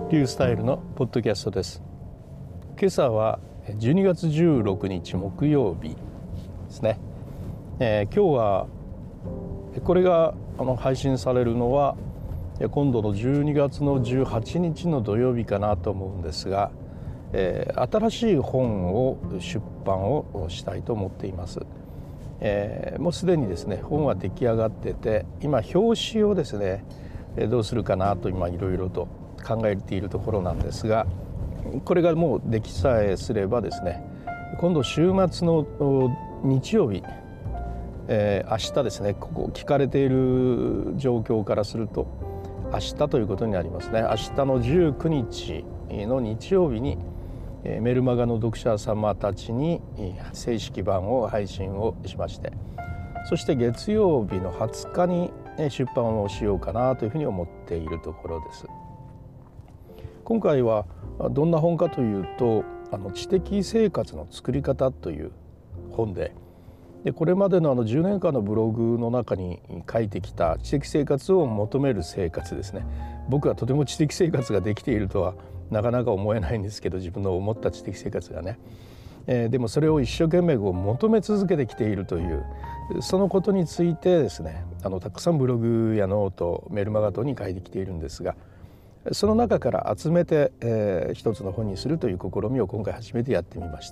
リュースタイルのポッドキャストです。今朝は12月16日木曜日ですね。今日はこれが配信されるのは今度の12月の18日の土曜日かなと思うんですが、新しい本を出版をしたいと思っています。もうすでにですね本は出来上がってて、今表紙をですねどうするかなと今いろいろと考えているところなんですが、これがもうできさえすればですね、今度週末の日曜日、明日ですね、ここ聞かれている状況からすると明日ということになりますね。明日の19日の日曜日にメルマガの読者様たちに正式版を配信をしまして、そして月曜日の20日に出版をしようかなというふうに思っているところです。今回はどんな本かというと、知的生活の作り方という本で、これまでの10年間のブログの中に書いてきた知的生活を求める生活ですね。僕はとても知的生活ができているとはなかなか思えないんですけど、自分の思った知的生活がね、でもそれを一生懸命求め続けてきているというそのことについてですね、たくさんブログやノート、メルマガ等に書いてきているんですが、その中から集めて、一つの本にするという試みを今回初めてやってみました。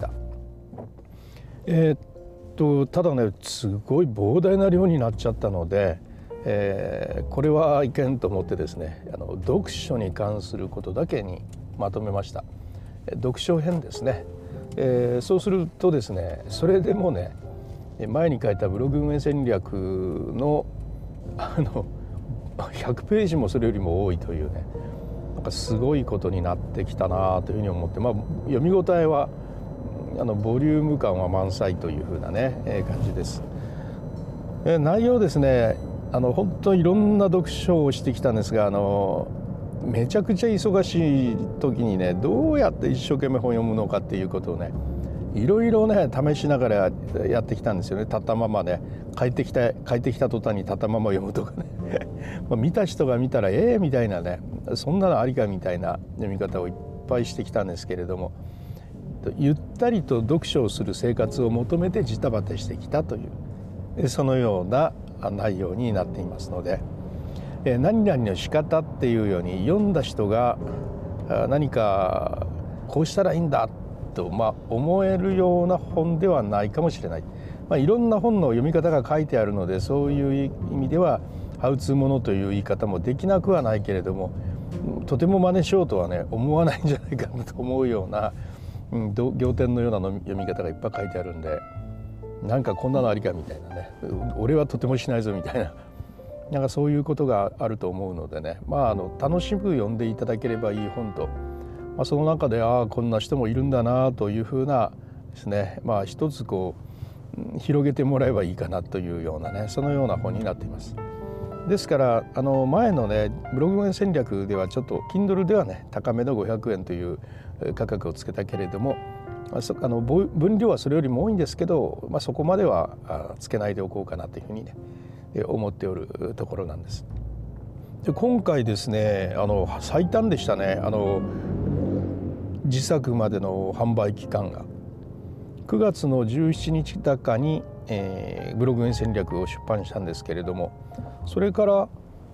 ただね、すごい膨大な量になっちゃったので、これはいけんと思ってですね、読書に関することだけにまとめました。読書編ですね。そうするとですね、それでもね、前に書いたブログ運営戦略の100ページもそれよりも多いというね、なんかすごいことになってきたなというふうに思って、読み応えはボリューム感は満載というふうなね、感じです。内容ですね、本当にいろんな読書をしてきたんですが、めちゃくちゃ忙しい時にね、どうやって一生懸命本を読むのかっていうことをね、いろいろね試しながらやってきたんですよね。立ったままね、帰ってきた途端に立ったまま読むとかね見た人が見たらみたいなね、そんなのありかみたいな読み方をいっぱいしてきたんですけれども、ゆったりと読書をする生活を求めてジタバタしてきたというそのような内容になっていますので、何々の仕方っていうように読んだ人が何かこうしたらいいんだと思えるような本ではないかもしれない。いろんな本の読み方が書いてあるので、そういう意味ではハウツーものという言い方もできなくはないけれども、とても真似しようとはね思わないんじゃないかなと思うような、仰天のような読み方がいっぱい書いてあるんで、なんかこんなのありかみたいなね、俺はとてもしないぞみたいな、なんかそういうことがあると思うのでね、楽しく読んでいただければいい本と、その中でこんな人もいるんだなというふうなですね、一つ広げてもらえばいいかなというようなね、そのような本になっています。ですから前のねブログ運営戦略ではちょっと Kindle ではね高めの500円という価格をつけたけれども、分量はそれよりも多いんですけど、そこまではつけないでおこうかなというふうにね思っておるところなんです。で今回ですね、最短でしたね。自作までの販売期間が9月の17日高に、ブログ運営戦略を出版したんですけれども、それから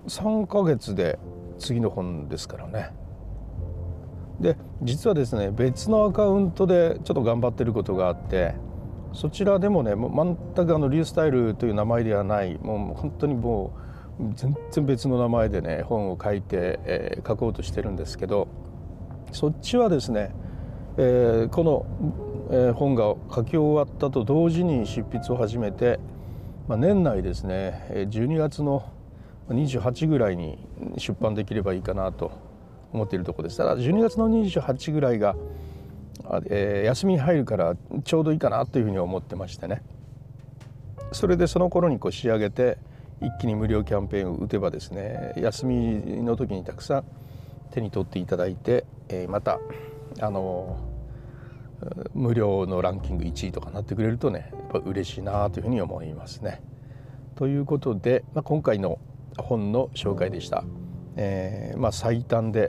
3ヶ月で次の本ですからね。で実はですね、別のアカウントでちょっと頑張ってることがあって、そちらでもね全くリュースタイルという名前ではない、もう本当にもう全然別の名前でね本を書いて、書こうとしてるんですけど、そっちはですね、この、本が書き終わったと同時に執筆を始めて、年内ですね12月の28ぐらいに出版できればいいかなと思っているところです。ただ12月の28ぐらいが、休みに入るからちょうどいいかなというふうに思ってましてね、それでその頃に仕上げて一気に無料キャンペーンを打てばですね、休みの時にたくさん手に取っていただいて、また無料のランキング1位とかなってくれるとね、やっぱ嬉しいなというふうに思いますね。ということで、今回の本の紹介でした。最短で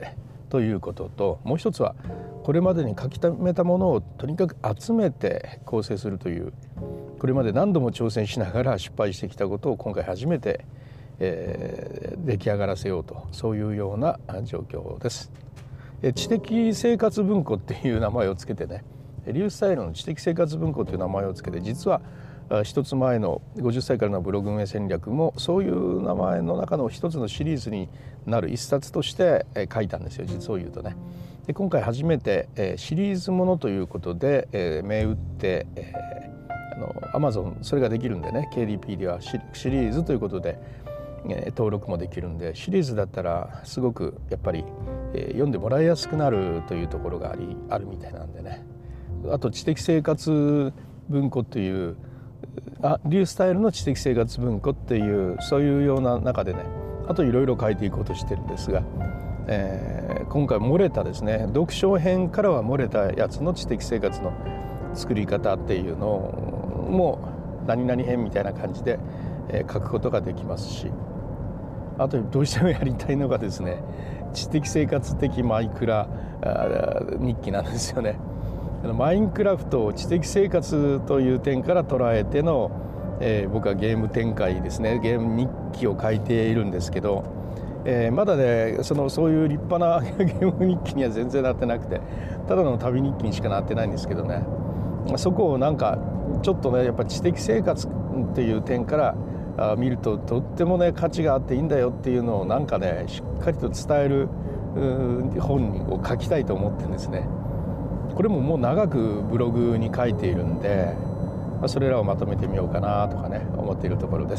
ということと、もう一つはこれまでに書き溜めたものをとにかく集めて構成するという、これまで何度も挑戦しながら失敗してきたことを今回初めて、出来上がらせようと、そういうような状況です。知的生活文庫っていう名前をつけてね、リュースタイルの知的生活文庫という名前をつけて、実は一つ前の50歳からのブログ運営戦略もそういう名前の中の一つのシリーズになる一冊として書いたんですよ、実を言うとね。で今回初めてシリーズものということで銘打ってAmazon それができるんでね、 KDP ではシリーズということで登録もできるんで、シリーズだったらすごくやっぱり読んでもらいやすくなるというところがあるみたいなんでね。あと知的生活文庫というリュースタイルの知的生活文庫っていうそういうような中でね、あといろいろ書いていこうとしてるんですが、今回漏れたですね、読書編からは漏れたやつの知的生活の作り方っていうのも何々編みたいな感じで書くことができますし、あとどうしてもやりたいのがですね、知的生活的マイクラ日記なんですよね。マインクラフトを知的生活という点から捉えての、僕はゲーム展開ですね、ゲーム日記を書いているんですけど、まだねそういう立派なゲーム日記には全然なってなくて、ただの旅日記にしかなってないんですけどね、そこをなんかちょっとね、やっぱ知的生活っていう点から見るととってもね価値があっていいんだよっていうのをなんかねしっかりと伝える本を書きたいと思ってるんですね。これももう長くブログに書いているんで、それらをまとめてみようかなとかね思っているところです。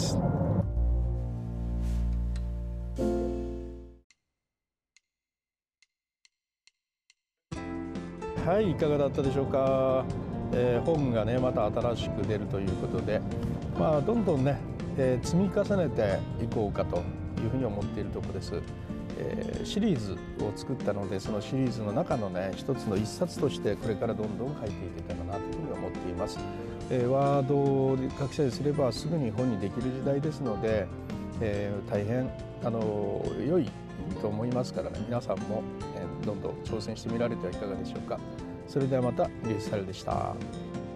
はい、いかがだったでしょうか。本がねまた新しく出るということで、どんどんね、積み重ねていこうかというふうに思っているところです。シリーズを作ったので、そのシリーズの中のね一つの一冊としてこれからどんどん書いていけたらなというふうに思っています。ワードで書きさえすればすぐに本にできる時代ですので、大変良いと思いますからね、皆さんも、どんどん挑戦してみられてはいかがでしょうか。それではまた、リュースタイルでした。